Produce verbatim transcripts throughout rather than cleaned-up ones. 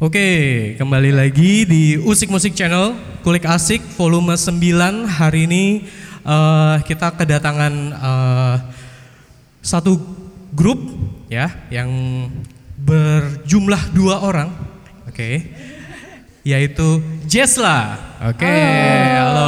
Oke, kembali lagi di Usik Musik Channel, Kulik Asik volume sembilan. Hari ini uh, kita kedatangan uh, satu grup ya yang berjumlah dua orang. Oke. Yaitu Jesla. Oke, halo.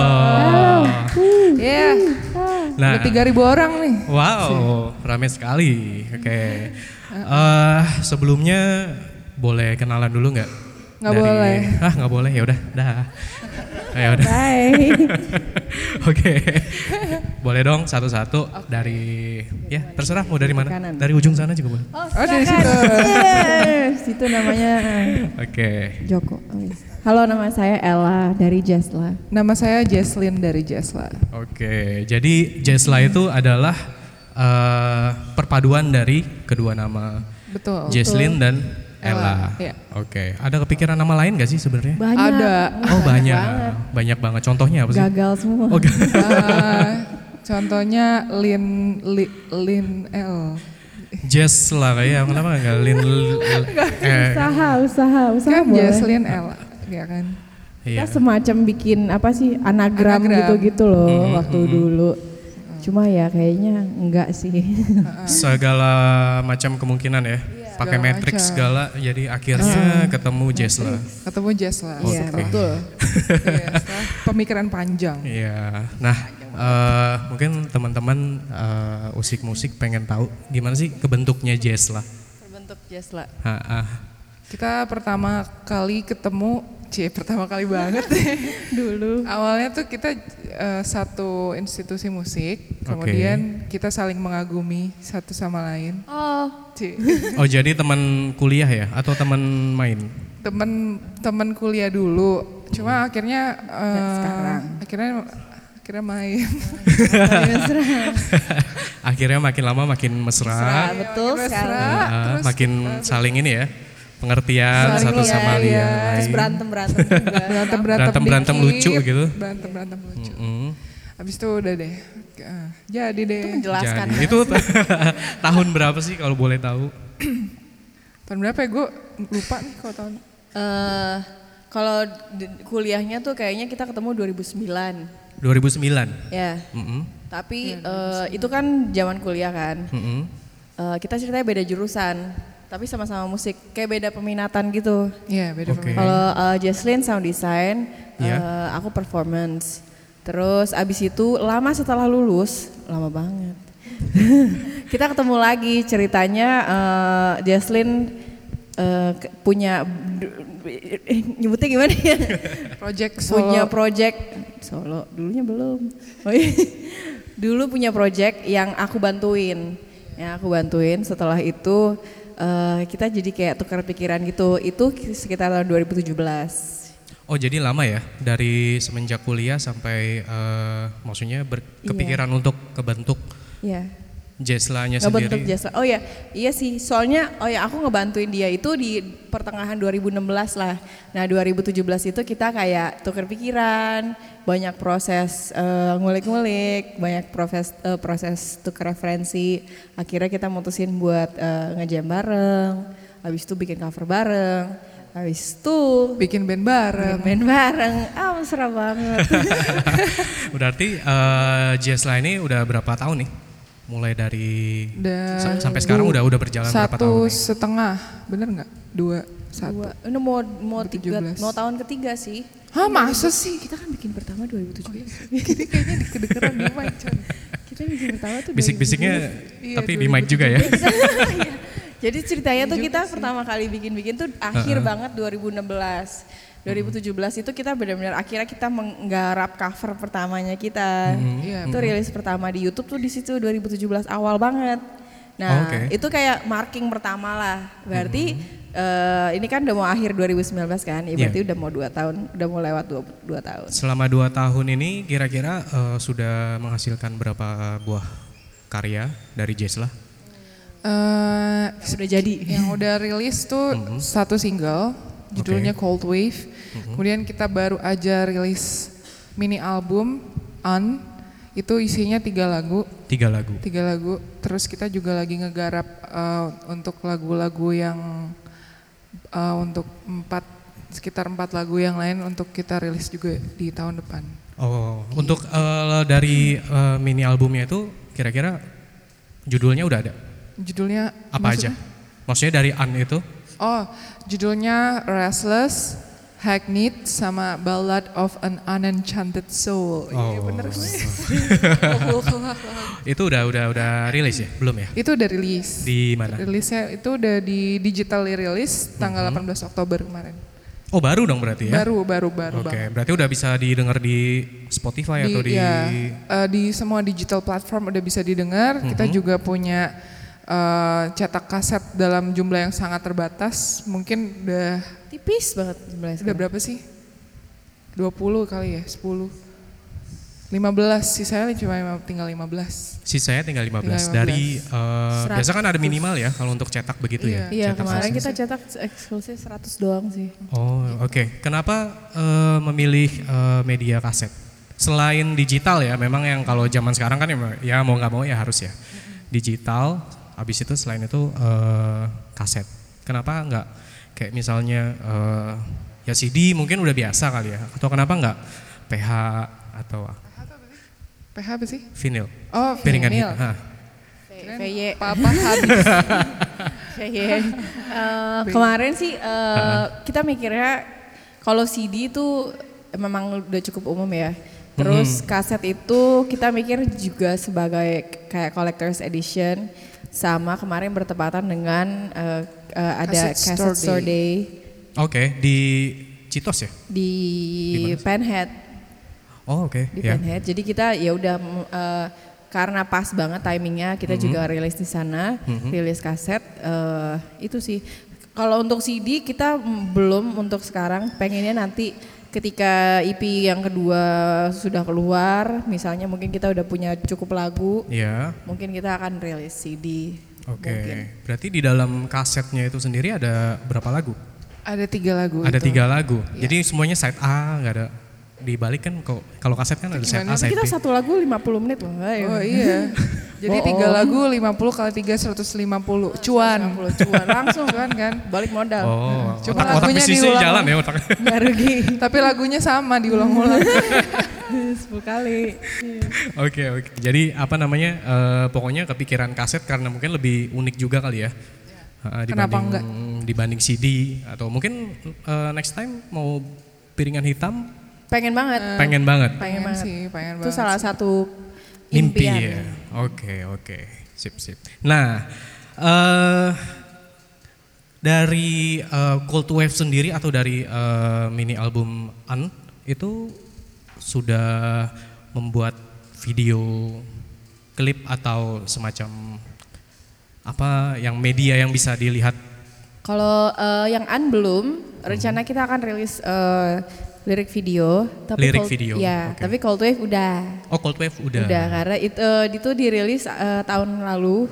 Iya. Nah, udah tiga ribu orang nih. Wow, ramai sekali. Oke. Uh, sebelumnya boleh kenalan dulu nggak? Nggak boleh. Ah, nggak boleh. Ya udah, dah. Ya udah. Bye. Oke. Boleh dong satu-satu dari ya, terserah mau dari mana? Kanan. Dari ujung sana juga boleh. Oh, Oh, dari situ. Yes, situ namanya Oke. Joko. Oh, yes. Halo, nama saya Ella dari Jesla. Nama saya Jesslyn dari Jesla. Oke. Jadi Jesla itu adalah uh, perpaduan dari kedua nama Betul. Jesslyn dan Ella. Ella, iya. Oke. Ada kepikiran nama lain gak sih sebenarnya? Banyak. Ada. Oh, banyak. banget. Banyak banget. Contohnya apa sih? Gagal semua. Oh, ga- Uh, contohnya Lin Li, Lin L. Jesla kayak kenapa enggak Lin eh, Usaha, usaha, usaha Kan boleh. Jesslyn L, ya kan? iya. Kita semacam bikin apa sih anagram, Anagram. gitu-gitu loh Mm-hmm, waktu dulu. Cuma ya kayaknya enggak sih. Segala macam kemungkinan ya. Pakai Segala matrix macam. segala jadi akhirnya ketemu Jesla. Ketemu Jesla. Iya, Oke. betul. Iya, setelah pemikiran panjang. Iya. Nah, eh, mungkin teman-teman eh, usik musik pengen tahu gimana sih kebentuknya Jesla. Terbentuk Jesla. Ha, ah. Kita pertama kali ketemu, cie pertama kali banget. Dulu. Awalnya tuh kita eh, satu institusi musik, kemudian kita saling mengagumi satu sama lain. Oh, Cie. Oh, jadi teman kuliah ya atau teman main? Temen temen kuliah dulu, cuma akhirnya eh, Dan sekarang. akhirnya akhirnya main. Akhirnya makin lama makin mesra. Mesra, betul Makin sekali. mesra, Ah, terus makin saling ini ya, pengertian Saling satu iya, sama iya. lain. Terus berantem-berantem juga. berantem Berantem- berantem lucu gitu. Berantem berantem lucu. Mm. Habis itu udah deh, eh, jadi deh. Itu menjelaskan. Jadi itu tahun berapa sih kalau boleh tahu? Tahun berapa ya, gue lupa nih kalau tahun. Eh, kalau di- kuliahnya tuh kayaknya kita ketemu dua ribu sembilan. dua ribu sembilan. Ya. Mm-mm. Tapi eh, itu kan zaman kuliah kan. Mm-mm. Eh, kita ceritanya beda jurusan, tapi sama-sama musik, kayak beda peminatan gitu. Iya, beda Oke. pemain. Kalau eh, Jesslyn sound design, Iya. eh, aku performance. Terus abis itu lama setelah lulus, lama banget. Kita ketemu lagi, ceritanya eh, Jesslyn eh, ke- punya eh, nyebutnya gimana ya? Project solo. Punya project solo, dulunya belum. Oh iya. Dulu punya project yang aku bantuin, yang aku bantuin. Setelah itu eh, kita jadi kayak tukar pikiran gitu. Itu sekitar tahun dua ribu tujuh belas. Oh, jadi lama ya dari semenjak kuliah sampai eh, maksudnya berkepikiran untuk kebentuk Iya. Jesla-nya Ngebentuk sendiri. jasa. Oh ya, iya sih. Soalnya oh ya aku ngebantuin dia itu di pertengahan dua ribu enam belas lah. Nah, dua ribu tujuh belas itu kita kayak tukar pikiran, banyak proses eh, ngulik-ngulik, banyak proses eh, proses tukar referensi. Akhirnya kita mutusin buat eh, ngejam bareng, habis itu bikin cover bareng, habis itu Bikin band bareng. main bareng. Ah, mesra banget. Berarti eh, Jesla ini udah berapa tahun nih? Mulai dari Dan sa- sampai sekarang udah udah berjalan berapa satu tahun nih? setengah, bener nggak? Dua, satu. Dua, ini mau mau tiga, tujuh belas. mau tahun ketiga sih. Hah, masa sih? Kita kan bikin pertama dua ribu tujuh belas. Ini kayaknya di kedengeran di mic, Con. Kita bikin pertama tuh Bisik-bisiknya Iya, tapi di mic juga ya. Iya. Jadi ceritanya tuh kita pertama kali bikin-bikin tuh akhir banget dua ribu enam belas. dua ribu tujuh belas itu kita benar-benar akhirnya kita menggarap cover pertamanya kita. Iya, Itu rilis pertama di YouTube tuh di situ dua ribu tujuh belas awal banget. Oh, Nah, oke. itu kayak marking pertama lah. Berarti eh, ini kan udah mau akhir dua ribu sembilan belas kan? Ya, berarti Iya. udah mau dua tahun, udah mau lewat dua, dua tahun. Selama dua tahun ini kira-kira eh, sudah menghasilkan berapa buah karya dari Jesla? Eh, Sudah jadi. yang udah rilis tuh satu single, judulnya Cold Wave. Kemudian kita baru aja rilis mini album Un, itu isinya tiga lagu. Tiga lagu. Tiga lagu. Terus kita juga lagi ngegarap eh, untuk lagu-lagu yang uh, untuk empat sekitar empat lagu yang lain untuk kita rilis juga di tahun depan. Oh, gitu. Untuk uh, dari uh, mini albumnya itu kira-kira judulnya udah ada? Judulnya apa maksudnya? aja? Maksudnya dari Un itu? Oh, judulnya Restless, Hackneyed, sama Ballad of an Unenchanted Soul. Oh. Iya bener gue. Itu udah udah udah rilis ya? Belum ya? Itu udah rilis. Di mana? Rilisnya itu udah di digital rilis tanggal Mm-hmm. delapan belas Oktober kemarin. Oh baru dong berarti ya? Baru, baru, baru Oke, banget. berarti udah bisa didengar di Spotify atau di? Ya, uh, di semua digital platform udah bisa didengar. Mm-hmm. Kita juga punya uh, cetak kaset dalam jumlah yang sangat terbatas. Mungkin udah Tipis banget jumlahnya. udah berapa sih? dua puluh kali ya, sepuluh. lima belas, sisanya cuma tinggal lima belas. Sisanya tinggal lima belas. Tinggal lima belas. Dari uh, biasa kan ada minimal ya kalau untuk cetak begitu ya? Iya, Cetak kemarin kaset. kita cetak eksklusif seratus doang sih. Oh oke, okay. Kenapa uh, memilih uh, media kaset? Selain digital ya, memang yang kalau zaman sekarang kan ya, ya mau nggak mau ya harus ya. Digital, habis itu selain itu uh, kaset. Kenapa nggak kayak misalnya uh, ya C D mungkin udah biasa kali ya? Atau kenapa nggak P H atau P H apa sih? vinyl? Oh, Piringan vinyl. hit. Hah. V Y. Papa habis. V Y. Eh, kemarin sih eh, kita mikirnya kalau C D itu memang udah cukup umum ya. Terus kaset itu kita mikir juga sebagai kayak collector's edition, sama kemarin bertepatan dengan eh, eh, ada Cassette Cassette Store Store Day Oke, di Citos ya? di Di mana? Penhead. Oh oke. Di ya. Penhead. Jadi kita ya udah mm, eh, karena pas banget timingnya kita juga rilis di sana, rilis kaset eh, itu sih. Kalau untuk C D kita mm, belum untuk sekarang, pengennya nanti ketika E P yang kedua sudah keluar, misalnya mungkin kita udah punya cukup lagu, Iya. mungkin kita akan rilis C D. Oke. Mungkin. Berarti di dalam kasetnya itu sendiri ada berapa lagu? Ada tiga lagu. Ada itu. tiga lagu. Iya. Jadi semuanya side A, nggak ada dibalik kan kok kalau kaset kan ada side A, Gimana? side Kita B. satu lagu lima puluh menit loh. Ayo. Oh iya. Jadi Bohong. tiga lagu lima puluh kali tiga seratus lima puluh. Cuan. lima puluh cuan langsung Cuan kan. balik modal. Oh, Cuma otak, otak lagunya bisnisnya diulang. jalan ya otak. Nggak rugi. Tapi lagunya sama diulang-ulang. sepuluh kali. Oke oke. Jadi apa namanya? eh, pokoknya kepikiran kaset karena mungkin lebih unik juga kali ya. Eh, Kenapa dibanding enggak? dibanding C D atau mungkin eh, next time mau piringan hitam Pengen banget. pengen banget. Pengen banget. sih, pengen Itu banget. salah satu Mimpi impian. ya. Oke oke. Sip sip. Nah, eh dari eh, Cold Wave sendiri atau dari eh, mini album Un itu sudah membuat video klip atau semacam apa yang media yang bisa dilihat? Kalau eh, yang an belum, rencana kita akan rilis eh, lirik video. Tapi Lirik Cold- video, Ya, oke. tapi Cold Wave udah. Oh Cold Wave udah. Udah, karena itu, eh, itu dirilis eh, tahun lalu.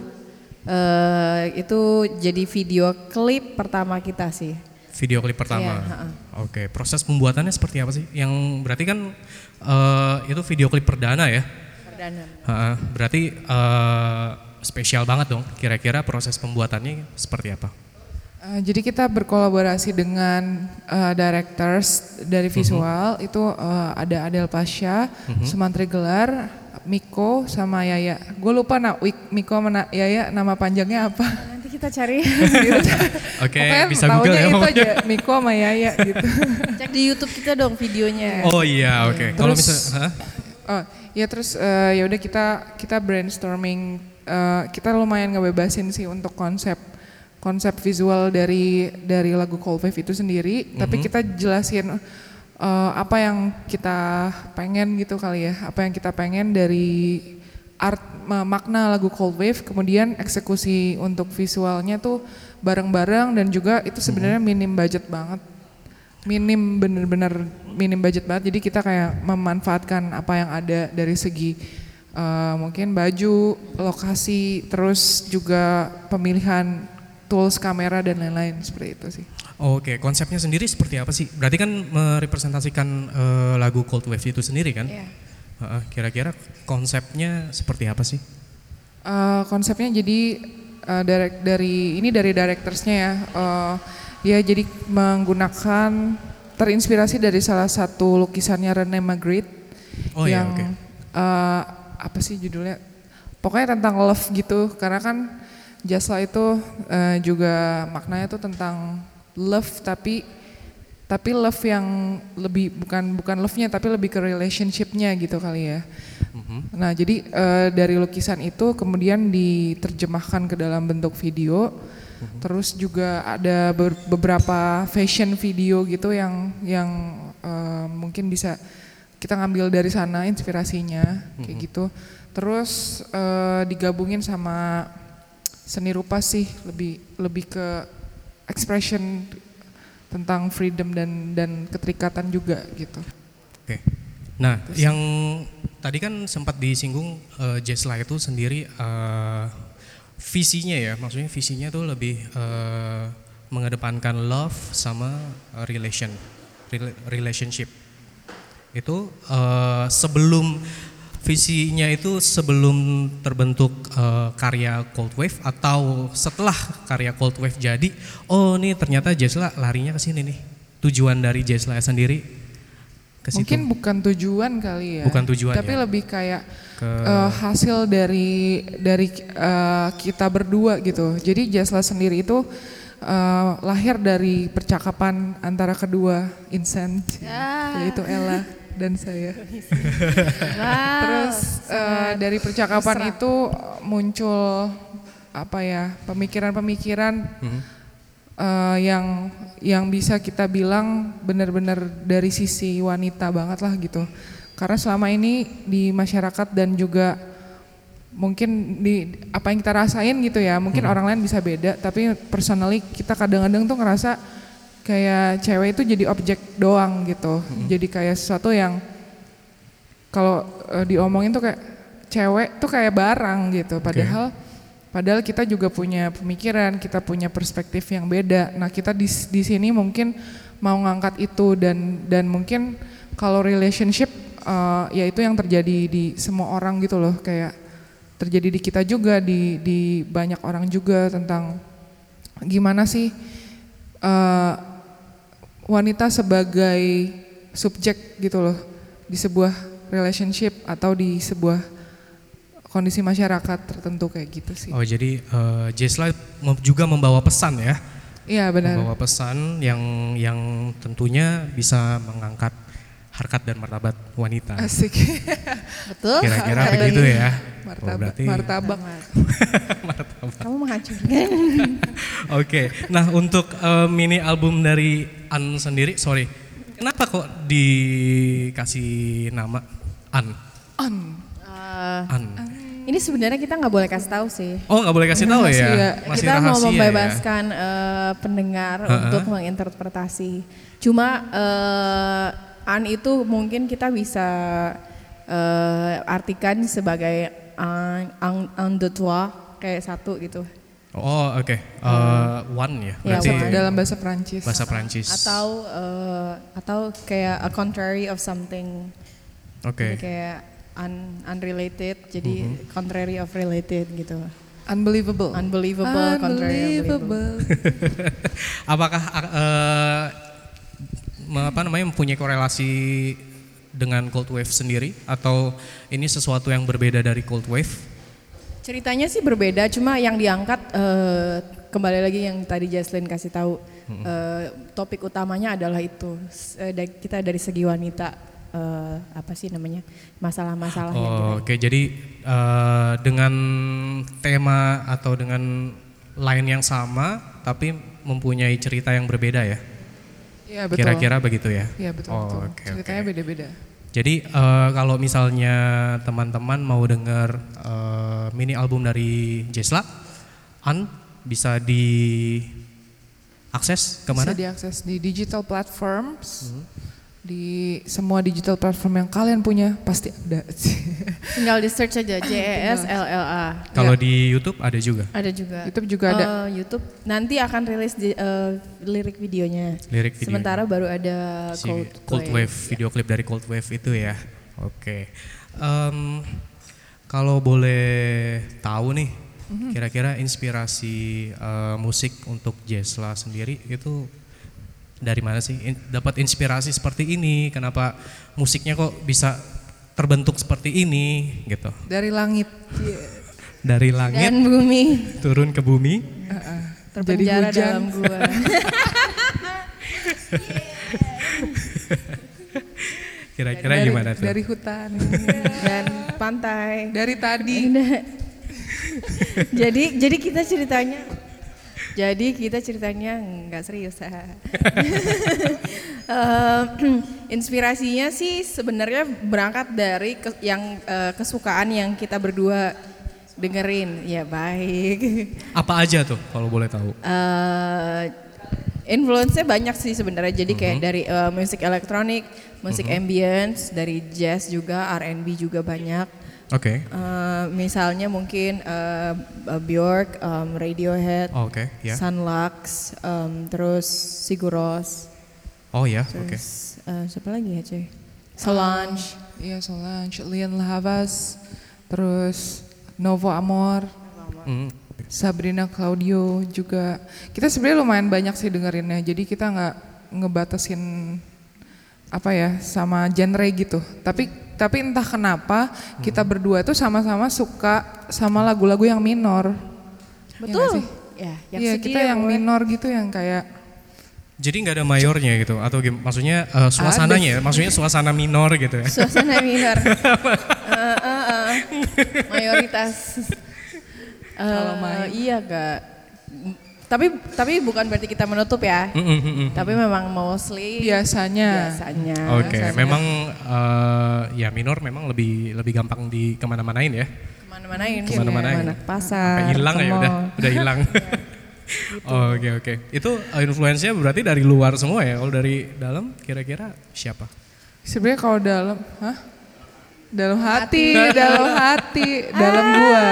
Eh, itu jadi video klip pertama kita sih. Video klip pertama. Iya, ha-ha. Oke, proses pembuatannya seperti apa sih? Yang berarti kan eh, itu video klip perdana ya? Perdana. Ha, berarti eh, spesial banget dong. Kira-kira proses pembuatannya seperti apa? Uh, jadi kita berkolaborasi dengan uh, directors dari visual itu uh, ada Adel Pasha, Sumantri Gelar, Miko sama Yaya. Gue lupa nak Wik- Miko sama Na- Yaya nama panjangnya apa. Nanti kita cari. Oke, Pokoknya bisa taunya Google ya. itu pokoknya. aja Miko sama Yaya gitu. Cek di YouTube kita dong videonya. Oh iya, oke. Kalau Terus- misalnya, hah? Oh, ya terus uh, ya udah kita kita brainstorming, uh, kita lumayan ngebebasin sih untuk konsep konsep visual dari dari lagu Cold Wave itu sendiri, tapi kita jelasin uh, apa yang kita pengen gitu kali ya, apa yang kita pengen dari art ma- makna lagu Cold Wave, kemudian eksekusi untuk visualnya tuh bareng-bareng dan juga itu sebenarnya minim budget banget. Minim bener-bener minim budget banget, jadi kita kayak memanfaatkan apa yang ada dari segi uh, mungkin baju, lokasi, terus juga pemilihan tools kamera dan lain-lain seperti itu sih. Oke, konsepnya sendiri seperti apa sih? Berarti kan merepresentasikan eh, lagu Cold Wave itu sendiri kan? Iya. Heeh, kira-kira konsepnya seperti apa sih? Uh, konsepnya jadi uh, direct, dari ini dari directorsnya ya. Uh, Ya jadi menggunakan terinspirasi dari salah satu lukisannya René Magritte Oh iya, yang oke. eh, apa sih judulnya? Pokoknya tentang love gitu. Karena kan Jasla itu eh, juga maknanya tuh tentang love tapi tapi love yang lebih bukan bukan love-nya tapi lebih ke relationship-nya gitu kali ya. Mhm. Nah jadi eh, dari lukisan itu kemudian diterjemahkan ke dalam bentuk video. Terus juga ada ber- beberapa fashion video gitu yang yang eh, mungkin bisa kita ngambil dari sana inspirasinya kayak gitu. Terus eh, digabungin sama seni rupa sih lebih lebih ke expression tentang freedom dan dan keterikatan juga gitu. Oke. Nah, yang tadi kan sempat disinggung uh, Jasla itu sendiri uh, visinya ya, maksudnya visinya tuh lebih uh, mengedepankan love sama uh, relation, rela- relationship. Itu uh, sebelum visinya itu sebelum terbentuk uh, karya Cold Wave atau setelah karya Cold Wave jadi, oh nih ternyata Jasla larinya ke sini nih. Tujuan dari Jasla sendiri ke situ. Mungkin bukan tujuan kali ya. Bukan tujuan tapi ya. lebih kayak Ke eh, hasil dari dari eh, kita berdua gitu. Jadi Jasla sendiri itu eh, lahir dari percakapan antara kedua insan, Ah. yaitu Ella dan saya. Wow. Terus eh, dari percakapan mesra. itu muncul apa ya pemikiran-pemikiran Mhm. eh, yang yang bisa kita bilang benar-benar dari sisi wanita banget lah gitu. Karena selama ini di masyarakat dan juga mungkin di apa yang kita rasain gitu ya, mungkin Hmm. orang lain bisa beda, tapi personally kita kadang-kadang tuh ngerasa kayak cewek itu jadi objek doang gitu. Jadi kayak sesuatu yang kalau eh, diomongin tuh kayak cewek tuh kayak barang gitu. Padahal padahal kita juga punya pemikiran, kita punya perspektif yang beda. Nah, kita di di sini mungkin mau ngangkat itu dan dan mungkin kalau relationship eh, ya itu yang terjadi di semua orang gitu loh, kayak terjadi di kita juga, di di banyak orang juga tentang gimana sih eh, wanita sebagai subjek gitu loh di sebuah relationship atau di sebuah kondisi masyarakat tertentu kayak gitu sih. Oh jadi uh, Jasla mem- juga membawa pesan ya, Iya benar. membawa pesan yang yang tentunya bisa mengangkat harkat dan martabat wanita. Asik. Betul. Kira-kira sekali. begitu ya. Oh, Martabak. berarti Martabak. Kamu menghancurkan. Oke. Nah untuk uh, mini album dari An sendiri, sorry, kenapa kok dikasih nama An? On. Eh, An. ini sebenarnya kita nggak boleh kasih tahu sih. Oh nggak boleh kasih tahu ya? Rahasia. Masih Kita mau rahasia membebaskan eh, pendengar Ha-ha. untuk menginterpretasi. Cuma eh, an itu mungkin kita bisa eh, artikan sebagai un, un, un de toi, kayak satu gitu. ya? Oh oke. Uh, one ya. Ya, Berarti one. Dalam bahasa Prancis. bahasa Prancis. Atau eh, atau kayak a contrary of something. Oke. Jadi kayak un, unrelated, jadi contrary of related gitu. Unbelievable. Unbelievable, contrary unbelievable. Apakah uh, me- apa namanya mempunyai korelasi dengan Cold Wave sendiri atau ini sesuatu yang berbeda dari Cold Wave? Ceritanya sih berbeda, cuma yang diangkat eh, kembali lagi yang tadi Jaslyn kasih tahu eh, topik utamanya adalah itu S- eh, da- kita dari segi wanita eh, apa sih namanya masalah-masalah yang Oh, kita- oke, jadi uh, dengan tema atau dengan line yang sama tapi mempunyai cerita yang berbeda ya? Iya betul. Kira-kira begitu ya? Iya betul. Oh, betul. oke, Ceritanya oke. beda-beda. Jadi eh, kalau misalnya teman-teman mau dengar eh, mini album dari Jasla, An bisa diakses kemana? Bisa diakses di digital platforms, di semua digital platform yang kalian punya pasti ada. tinggal di search aja J E S L L A. Kalau Ya. di YouTube ada juga Ada juga. YouTube juga ada. Eh, YouTube nanti akan rilis di, eh, lirik videonya. lirik video. Sementara baru ada si Cold, Cold Wave, video klip dari Cold Wave itu ya. Oke. Em, kalau boleh tahu nih, Kira-kira inspirasi uh, musik untuk Jesla sendiri itu dari mana sih? In, dapat inspirasi seperti ini? Kenapa musiknya kok bisa terbentuk seperti ini gitu? Dari langit. Dari langit Dan bumi turun ke bumi. Uh-uh. terpenjara Jadi hujan. dalam gua. Kira-kira dari, gimana tuh? Dari hutan. Dan pantai. Dari tadi. jadi jadi kita ceritanya jadi kita ceritanya nggak serius. uh, inspirasinya sih sebenarnya berangkat dari ke, yang uh, kesukaan yang kita berdua dengerin. Ya baik. Apa aja tuh kalau boleh tahu? Uh, influence-nya banyak sih sebenarnya. Jadi kayak Mm-hmm. dari uh, musik elektronik, musik Mhm. ambience, dari jazz juga, R and B juga banyak. Oke. Uh, misalnya mungkin uh, Björk, um, Radiohead, Oh, oke, ya. Sunlux, um, terus Sigur Rós, Oh ya, oke. terus uh, siapa lagi ya cuy? Solange. Iya Solange, Lian Havas, terus Novo Amor, Hmm. Sabrina Claudio juga. Kita sebenarnya lumayan banyak sih dengerinnya. Jadi kita nggak ngebatasin apa ya sama genre gitu. Tapi tapi entah kenapa kita berdua tuh sama-sama suka sama lagu-lagu yang minor. Iya nggak Betul. sih? Ya, yang Iya sedih kita ya, yang pokoknya. minor gitu yang kayak Jadi nggak ada mayornya gitu atau gim- maksudnya uh, suasananya ya? Maksudnya suasana minor gitu ya? Suasana minor. Uh, uh, uh. Mayoritas. Uh, Kalau main. Iya gak. Tapi tapi bukan berarti kita menutup ya. Mm, mm, mm, mm. Tapi memang mostly biasanya. biasanya. Oke, memang uh, ya minor memang lebih lebih gampang di kemana-manain ya? Kemana-manain. Kemana-manain. Kemana pasar. Sampai hilang ke ya udah, mall. udah hilang. Oke oke. Itu uh, influence-nya berarti dari luar semua ya? Kalau dari dalam kira-kira siapa? Sebenarnya kalau dalam, hah? Dalam hati, dalam hati, dalam gua.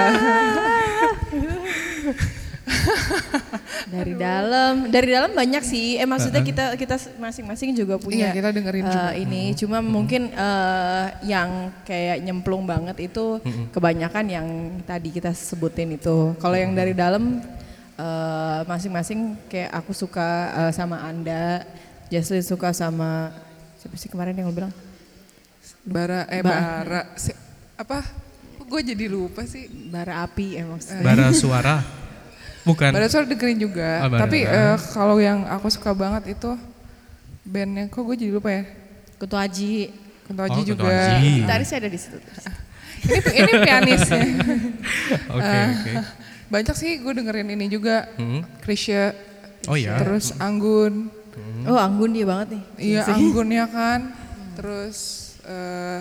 Dari dalam, dari dalam banyak sih. Eh maksudnya kita kita masing-masing juga punya. Iya, kita dengerin eh, juga. ini. Cuma mungkin eh, yang kayak nyemplung banget itu kebanyakan yang tadi kita sebutin itu. Kalau yang dari dalam eh, masing-masing kayak aku suka eh, sama Anda, Jesslyn suka sama siapa sih kemarin yang lo bilang? Bara, eh Ba- bara, si- apa? Gue jadi lupa sih. Bara api emang. Bara suara? Bukan. Bara Suara dengerin juga. Oh, Bara. Tapi eh, kalau yang aku suka banget itu bandnya, kok gue jadi lupa ya? Kutu Haji. Kunto Aji Oh, Kunto juga. Aji. Gitarisnya ada di situ. Ini ini pianisnya. Oke Eh, oke. Banyak sih gue dengerin ini juga. Hmm. Krisya. Oh ya. Terus Anggun. Oh Anggun dia banget nih. Iya Anggun ya kan. Terus eh,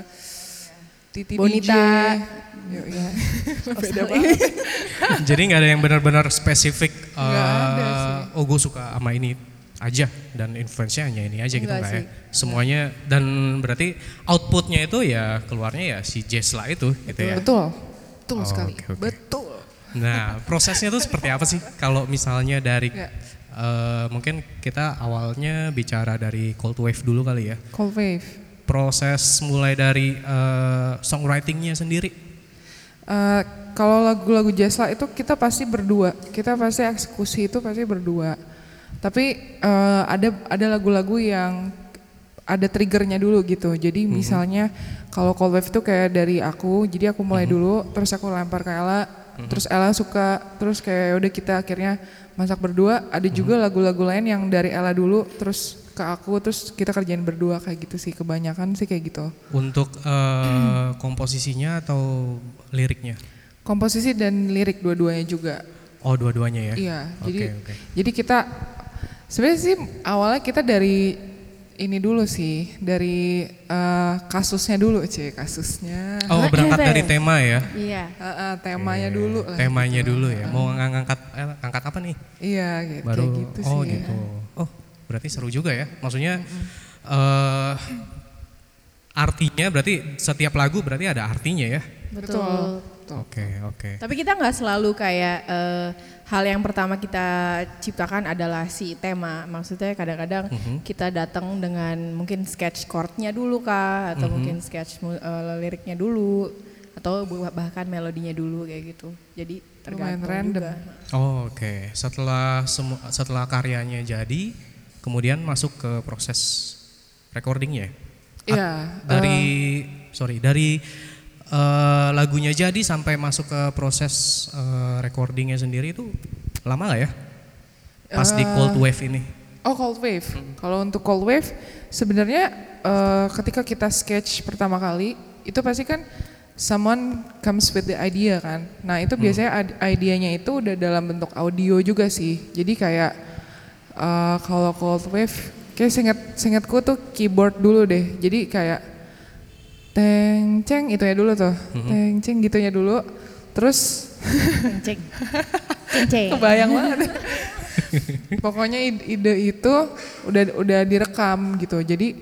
Titi Bonita. D J. Yuk, ya. Beda banget. Jadi nggak ada yang benar-benar spesifik. Nggak ada eh, sih. Oh gue suka sama ini aja dan influence-nya hanya ini aja gitu Enggak nggak ya? sih. Semuanya dan berarti outputnya itu ya keluarnya ya si Jesla itu gitu ya. Betul. Betul Oh, sekali. oke, oke. Betul. Nah prosesnya tuh seperti apa sih kalau misalnya dari Ya. eh, mungkin kita awalnya bicara dari Cold Wave dulu kali ya. Cold Wave. Proses mulai dari eh, songwriting-nya sendiri. Eh, kalau lagu-lagu Jesla itu kita pasti berdua, kita pasti eksekusi itu pasti berdua. Tapi eh, ada ada lagu-lagu yang ada triggernya dulu gitu. Jadi misalnya kalau Cold Wave itu kayak dari aku, jadi aku mulai dulu, terus aku lempar ke Ella, terus Ella suka, terus kayak udah kita akhirnya masak berdua. Ada juga lagu-lagu lain yang dari Ella dulu, terus ke aku, terus kita kerjain berdua kayak gitu sih. Kebanyakan sih kayak gitu. Untuk eh, komposisinya atau liriknya? Komposisi dan lirik dua-duanya juga. Oh dua-duanya ya? Iya, Oke, jadi oke. jadi kita sebenarnya sih awalnya kita dari ini dulu sih, dari eh, kasusnya dulu, cie kasusnya. Oh berangkat dari tema ya? Iya. Eh, eh, temanya Oke, dulu lah. Temanya gitu. dulu ya. Mau ngangkat eh, ngangkat apa nih? Iya, gitu, Baru kayak gitu oh sih. gitu. Oh berarti seru juga ya. Maksudnya eh artinya berarti setiap lagu berarti ada artinya ya? Betul. Betul. Oke oke. Tapi kita nggak selalu kayak eh, hal yang pertama kita ciptakan adalah si tema. Maksudnya kadang-kadang kita datang dengan mungkin sketch chordnya dulu kah, atau mungkin sketch mu- eh, liriknya dulu, atau bahkan melodinya dulu kayak gitu. Jadi Lumayan tergantung random. juga. Oh, oke. Okay. Setelah semu- setelah karyanya jadi, kemudian masuk ke proses recordingnya. Iya. Dari sorry dari uh, lagunya jadi sampai masuk ke proses uh, recordingnya sendiri itu lama nggak ya? Pas di Cold Wave ini. Oh, Cold Wave. Kalau untuk Cold Wave sebenarnya uh, ketika kita sketch pertama kali itu pasti kan someone comes with the idea kan. Nah itu Hmm. biasanya ad- idenya itu udah dalam bentuk audio juga sih. Jadi kayak uh, kalau Cold Wave, kayak seinget seingetku tuh keyboard dulu deh. Jadi kayak teng ceng itu ya dulu tuh, teng ceng gitunya dulu. Terus Ceng. Ceng ceng. kebayang banget. Pokoknya ide, ide itu udah udah direkam gitu. Jadi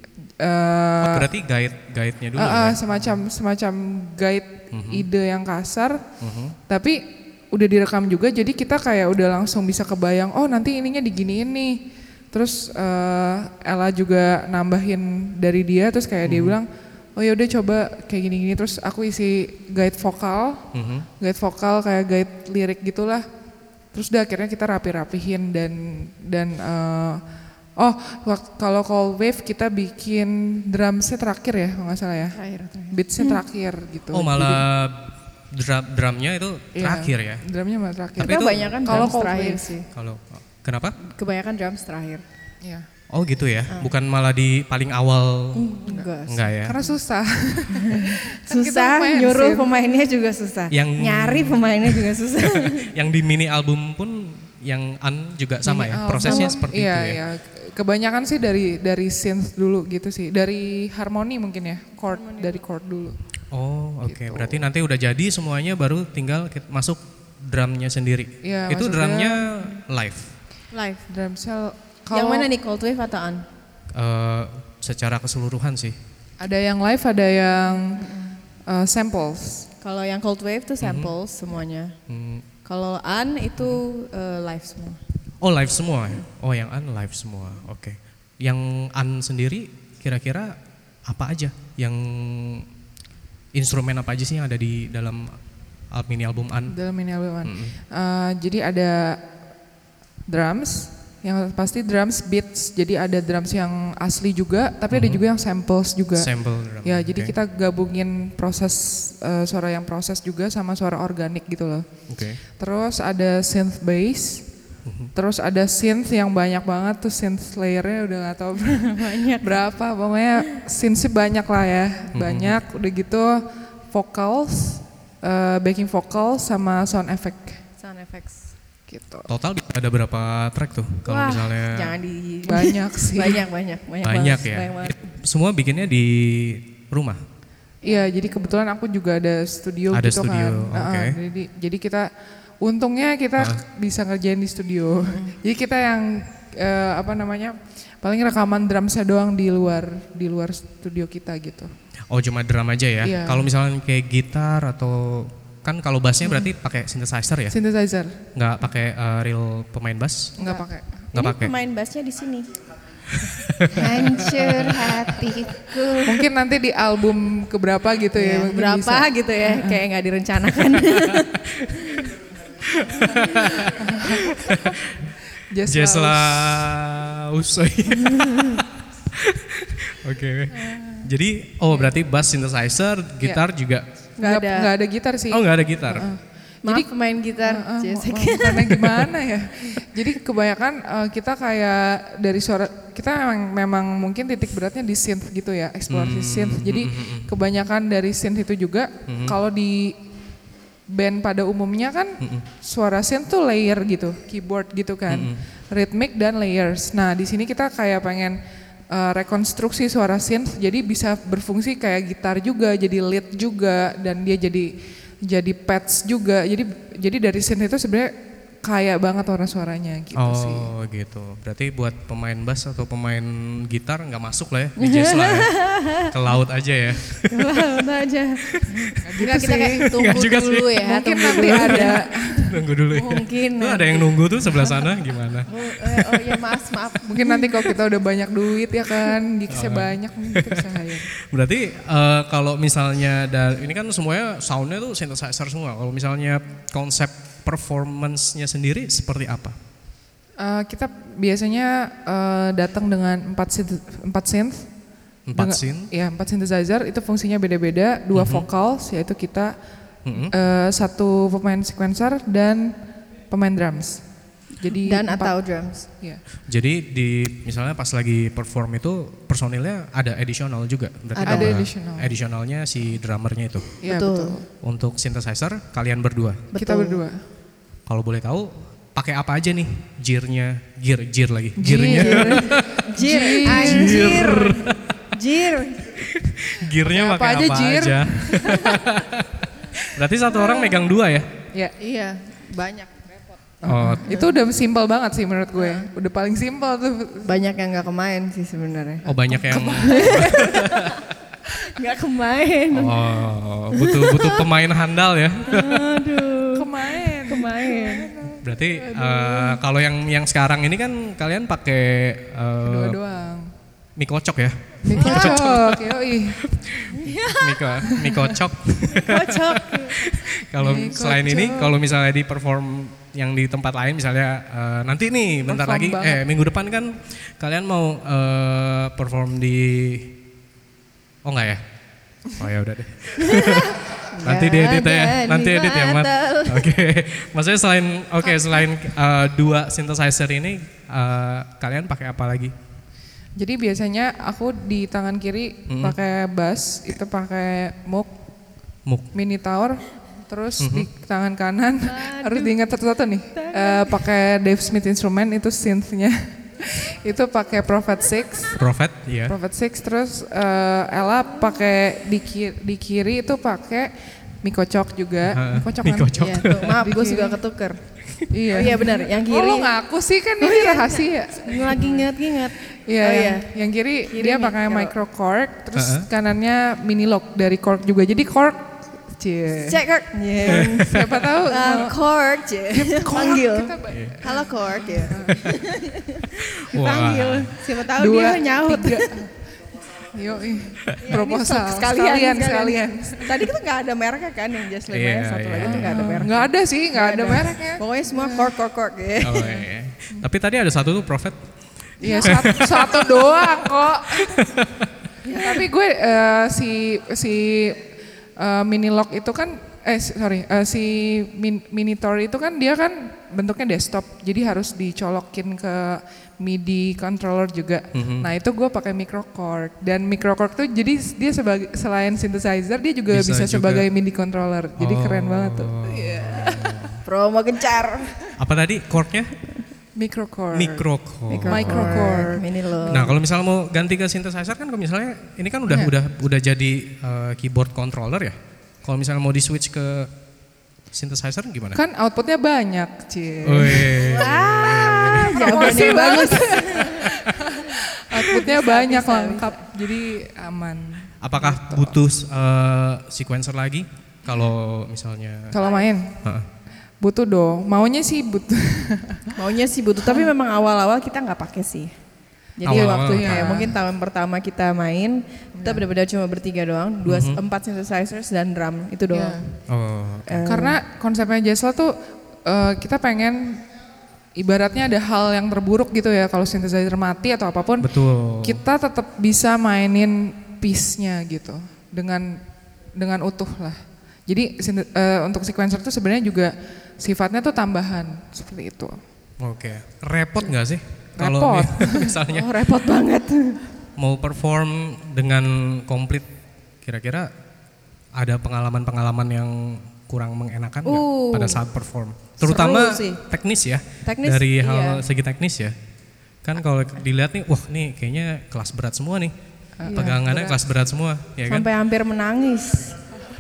uh, Oh, berarti guide guide-nya dulu Uh, uh, ya? semacam semacam guide ide yang kasar, Mhm. tapi udah direkam juga. Jadi kita kayak udah langsung bisa kebayang, oh nanti ininya diginiin nih. Terus uh, Ella juga nambahin dari dia, terus kayak dia bilang, oh ya udah coba kayak gini-gini. Terus aku isi guide vokal, Mhm. guide vokal kayak guide lirik gitulah. Terus udah akhirnya kita rapi-rapihin dan dan uh, oh wak- kalau Cold Wave kita bikin drumsnya terakhir ya kalau nggak salah ya. Terakhir, terakhir. Beatsnya terakhir gitu. Oh malah drum drumnya itu Jadi, terakhir iya, ya? Drumnya malah terakhir. Tapi Kita itu kebanyakan kalau drums Cold terakhir Wave. sih. Kalau kenapa? Kebanyakan drums terakhir. Iya. Oh gitu ya? Bukan malah di paling awal? Enggak. Enggak ya? Karena susah. Kan kita Susah, main nyuruh scene. pemainnya juga susah. Yang- Nyari pemainnya juga susah. Yang di mini album pun yang An juga sama ya? Mini Prosesnya album, seperti iya, itu ya? Iya, kebanyakan sih dari dari synth dulu gitu sih. Dari harmoni mungkin ya, chord dari chord dulu. Oh oke, Gitu. berarti nanti udah jadi semuanya baru tinggal kita masuk drumnya sendiri. Iya, Itu masuk drumnya live? Live. Drum cell. Yang Kalau mana nih, Cold Wave atau An? Eh, secara keseluruhan sih. ada yang live, ada yang uh, samples. Kalau yang Cold Wave tuh samples semuanya. Hmm. Kalau An itu eh, live semua. Oh live semua ya? Oh yang An live semua, oke. Yang An sendiri kira-kira apa aja? Yang instrumen apa aja sih yang ada di dalam al- mini album An? Dalam mini album. Mm-mm. Uh, jadi ada drums, yang pasti drums beats. Jadi ada drums yang asli juga, tapi ada juga yang samples juga. Sample drum. Ya, jadi oke. kita gabungin proses uh, suara yang proses juga sama suara organik gitu loh. Oke. Terus ada synth bass. Terus ada synth yang banyak banget tuh, synth layernya udah gak tahu banyak berapa, pokoknya synthnya banyak lah ya, banyak. Udah gitu vocals, uh, backing vocal sama sound effect Sound effects. gitu. Total ada berapa track tuh? Kalau Wah, misalnya jangan di Banyak sih. banyak banyak banyak banyak banget, ya. banyak banget. Semua bikinnya di rumah. Iya, jadi kebetulan aku juga ada studio Ada gitu studio, kan. Nah, oke. jadi jadi kita untungnya kita bisa ngerjain di studio. Jadi kita yang eh, apa namanya? Paling rekaman drumsnya doang di luar di luar studio kita gitu. Oh cuma drum aja ya. Iya. Kalau misalnya kayak gitar atau kan kalau bassnya berarti pakai synthesizer ya? Synthesizer Nggak pakai eh, real pemain bass? nggak pakai. Nggak Ini pakai. pemain bassnya di sini. Hancur hatiku. Mungkin nanti di album keberapa gitu ya. Ya, mungkin berapa bisa. gitu ya, kayak nggak direncanakan. Just Just Laos. Laos. Oke. Jadi oh berarti bass synthesizer, gitar juga. Nggak Nggak ada. nggak ada gitar sih. Oh nggak ada gitar. Maaf pemain gitar. Heeh, Jessica. ma- ma- karena gimana ya? Jadi kebanyakan eh, kita kayak dari suara kita memang memang mungkin titik beratnya di synth gitu ya, eksplorasi synth. Jadi kebanyakan dari synth itu juga kalau di band pada umumnya kan suara synth tuh layer gitu, keyboard gitu kan, rhythmic dan layers. Nah di sini kita kayak pengen eh, rekonstruksi suara synth, jadi bisa berfungsi kayak gitar juga, jadi lead juga, dan dia jadi jadi pads juga. Jadi jadi dari synth itu sebenarnya kaya banget warna suaranya gitu sih. Oh gitu. Berarti buat pemain bass atau pemain gitar nggak masuk lah ya di jazz lah ya. Ke laut aja ya. Laut aja. Gitu Enggak, kita sih. kayak tunggu Nggak juga dulu sih. ya. Mungkin tunggu nanti dulu. ada. Nunggu dulu ya. Mungkin Tuh ada yang nunggu tuh sebelah sana gimana? Oh, eh, oh ya maaf maaf. Mungkin nanti kalau kita udah banyak duit ya kan, gigsnya banyak mungkin kita bisa hire. Berarti uh, kalau misalnya dari ini kan semuanya soundnya tuh synthesizer semua. Kalau misalnya konsep performance-nya sendiri seperti apa? Uh, kita biasanya uh, datang dengan empat synth, empat synth. Empat dengan, synth? Ya, empat synthesizer. Itu fungsinya beda-beda. Dua mm-hmm. vocals, yaitu kita mm-hmm. uh, satu pemain sequencer dan pemain drums. Jadi dan empat, atau drums. Ya. Jadi di misalnya pas lagi perform itu personilnya ada additional juga. Berarti ada ada additional. Additionalnya si drummernya itu. Ya, betul. betul. Untuk synthesizer kalian berdua. Betul. Kita berdua. Kalau boleh tahu pakai apa aja nih gearnya, gear, gear lagi, gearnya. Gear, anjir, gear. Gearnya pakai apa, apa aja? Gear? aja. Berarti satu orang megang dua ya? Ya. Iya, banyak. Oh, itu udah simpel banget sih menurut gue. Udah paling simpel tuh. Banyak yang nggak kemain sih sebenarnya. oh banyak yang Nggak kemain. oh butuh butuh pemain handal ya. Aduh. Kemain. Kemain. Berarti uh, kalau yang yang sekarang ini kan kalian pakai uh, Kedua doang. mie kocok ya? Mie kocok, yoi. Mie, mie kocok. Kocok. Kalau Mie selain kocok. ini, kalau misalnya di perform yang di tempat lain, misalnya uh, nanti nih bentar Perform lagi, banget. eh minggu depan kan kalian mau uh, perform di, oh enggak ya? Oh ya udah deh. Nanti diedit ya, nanti edit ya Mat. Oke, okay. Maksudnya selain, oke okay, selain uh, dua synthesizer ini, uh, kalian pakai apa lagi? Jadi biasanya aku di tangan kiri Mm-hmm. pakai bass, itu pakai Moog, Moog. Mini Tower. Terus Mm-hmm. di tangan kanan harus diingat satu-satu nih. Uh, pakai Dave Smith Instrument itu synthnya. Itu pakai Prophet Six. Prophet, iya. Prophet Six. Terus uh, Ella pakai di kiri, di kiri itu pakai mie kocok juga. Uh, mie kocok mie kan? kocok. Iya, tuh, maaf Di gue kiri. juga ketuker. Iya. Oh iya benar, yang Oh kiri. lo ngaku sih kan ini rahasia. Lagi ingat-ingat. Iya, Oh, yang, iya. yang kiri, Kiri dia micro. pakai micro cork, terus Uh-uh. kanannya mini lock dari cork juga. Jadi cork, cie. Cek Kork. Yeah. Siapa tahu Uh, mau- Kork, cie. Panggil. kita ba- Halo Kork ya. Wah. Panggil. Siapa tahu dua, dia nyaut. tiga. Yoi, proposal, sekalian, sekalian, sekalian. Tadi kita nggak ada mereknya kan yang Just Like Iya, Maya, satu iya. lagi tuh nggak ada merek. Nggak ada sih, nggak ada mereknya. Pokoknya semua Kork, Kork, Kork ya. Oh, iya. Tapi tadi ada satu tuh Prophet. Iya satu, satu doang kok. Tapi gue eh, si si eh, mini lock itu kan, eh sorry, eh, si min, monitor itu kan dia kan bentuknya desktop, jadi harus dicolokin ke MIDI controller juga. Mm-hmm. Nah itu gue pakai microcork dan microcork tuh jadi dia sebagai selain synthesizer dia juga Bisa bisa, juga. sebagai MIDI controller. Jadi Oh. keren banget tuh. Promo gencar. Apa tadi chordnya? Microcork. Microchord. Microcork. Mini lo. Nah kalau misalnya mau ganti ke synthesizer kan kalau misalnya ini kan udah Iya. udah udah jadi uh, keyboard controller ya. Kalau misalnya mau di switch ke synthesizer gimana? Kan outputnya banyak, Cie. Wih. Ah, Promosi jawabannya bagus. Outputnya banyak lengkap, jadi aman. Apakah butuh uh, sequencer lagi kalau misalnya? Kalau main, Heeh. butuh dong. Maunya sih butuh. Maunya sih butuh, tapi memang awal-awal kita nggak pakai sih. Jadi Awal-awal waktu nggak kayak pakai. mungkin tahun pertama kita main, kita benar-benar cuma bertiga doang, dua empat synthesizers dan drum itu doang. Iya. Oh. Eh, Karena konsepnya Jesla tuh eh, kita pengen ibaratnya ada hal yang terburuk gitu ya kalau synthesizer mati atau apapun. Betul. Kita tetap bisa mainin piece-nya gitu dengan dengan utuh lah. Jadi synth- eh, untuk sequencer tuh sebenarnya juga sifatnya tuh tambahan seperti itu. Oke. Repot nggak sih? Repot. Kalau misalnya Oh repot banget. mau perform dengan komplit, kira-kira ada pengalaman-pengalaman yang kurang mengenakan nggak Uh, pada saat perform? Terutama seru sih. teknis ya, Teknis, dari iya. hal segi teknis ya. Kan kalau dilihat nih, wah nih kayaknya kelas berat semua nih, pegangannya kelas berat semua, ya kan? Sampai hampir menangis.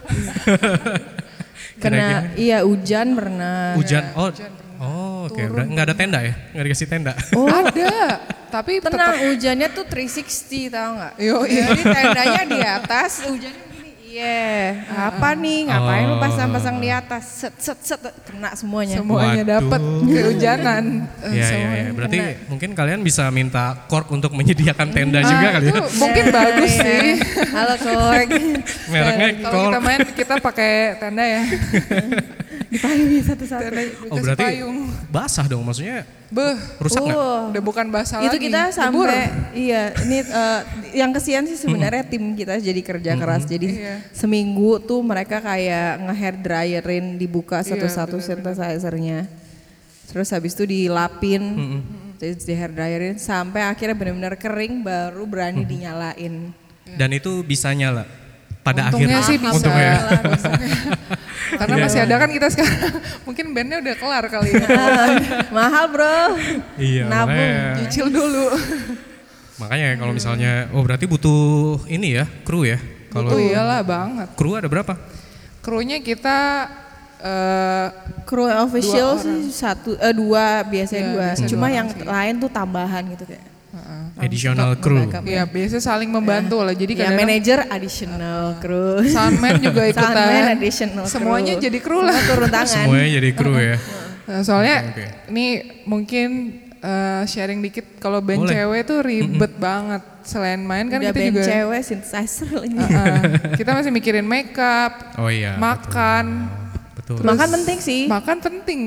Kena iya hujan pernah. Hujan, oh, oh oke, Ber- nggak ada tenda ya, nggak dikasih tenda. Oh, Ada, tapi tetap tenang hujannya tuh tiga enam puluh tahu nggak? Yo, iya. Jadi tendanya di atas, hujannya begini. Iya, apa nih? Ngapain lu pasang-pasang di atas? Set set set kena semuanya. Semuanya Waduh. dapat kehujanan. eh, Iya, iya, semuanya iya. Berarti kena. mungkin kalian bisa minta Kork untuk menyediakan tenda juga Ah, kali ya. itu mungkin bagus Iya. sih. Halo Kork. Mereknya Kalau Kork. kita main kita pakai tenda ya. Dipayungi satu-satu. Tenda Oh dikasih berarti payung. basah dong, maksudnya Beuh, rusak nggak? Uh, udah bukan basah itu lagi. kita Debur. sampai iya ini eh, yang kesian sih sebenarnya tim kita jadi kerja keras jadi Iya. seminggu tuh mereka kayak nge-hair dryerin dibuka Iya, satu-satu synthesizer-nya terus habis itu dilapin terus di hair dryerin sampai akhirnya benar-benar kering baru berani dinyalain. Dan itu bisa nyala pada Untungnya akhirnya. sih bisa. Untungnya. Karena Iya. masih ada kan kita sekarang. Mungkin bandnya udah kelar kali ya. Mahal bro. Iya, Nabung. makanya, Cicil dulu. makanya kalau misalnya, oh berarti butuh ini ya, kru ya. Kalau Kalau iyalah banget. kru ada berapa? Krunya kita eh Kru official Dua sih satu eh dua biasanya Iya, dua. biasanya Cuma dua yang orang sih. lain tuh tambahan gitu kayak. Additional Nge- crew. nge-backup. ya biasa saling membantu lah. Jadi Ya kadang manager additional crew. soundman juga ikutan. Soundman additional crew. Semuanya jadi kru lah. Semua turun tangan. Semuanya jadi kru ya. Nah, soalnya Oke, oke. ini mungkin eh, sharing dikit kalau band Boleh. cewek tuh ribet banget. Selain main kan Udah kita band juga cewek synthesizer lagi. Uh-uh. kita masih mikirin makeup, Oh iya. makan. Betul. Makan penting sih. Makan penting.